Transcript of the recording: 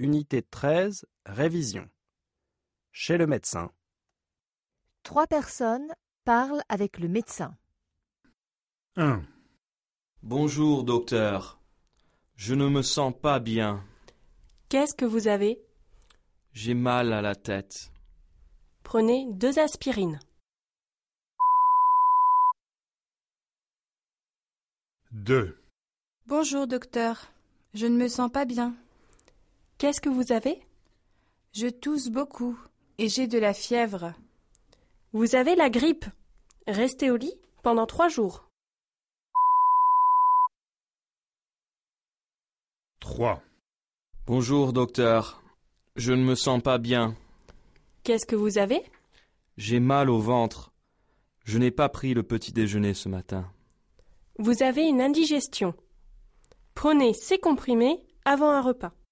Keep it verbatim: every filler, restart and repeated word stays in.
Unité treize, révision. Chez le médecin. Trois personnes parlent avec le médecin. un. Bonjour, docteur. Je ne me sens pas bien. Qu'est-ce que vous avez? J'ai mal à la tête. Prenez deux aspirines. deux. Bonjour, docteur. Je ne me sens pas bien. Qu'est-ce que vous avez? Je tousse beaucoup et j'ai de la fièvre. Vous avez la grippe. Restez au lit pendant trois jours. trois. Bonjour, docteur. Je ne me sens pas bien. Qu'est-ce que vous avez? J'ai mal au ventre. Je n'ai pas pris le petit déjeuner ce matin. Vous avez une indigestion. Prenez ces comprimés avant un repas.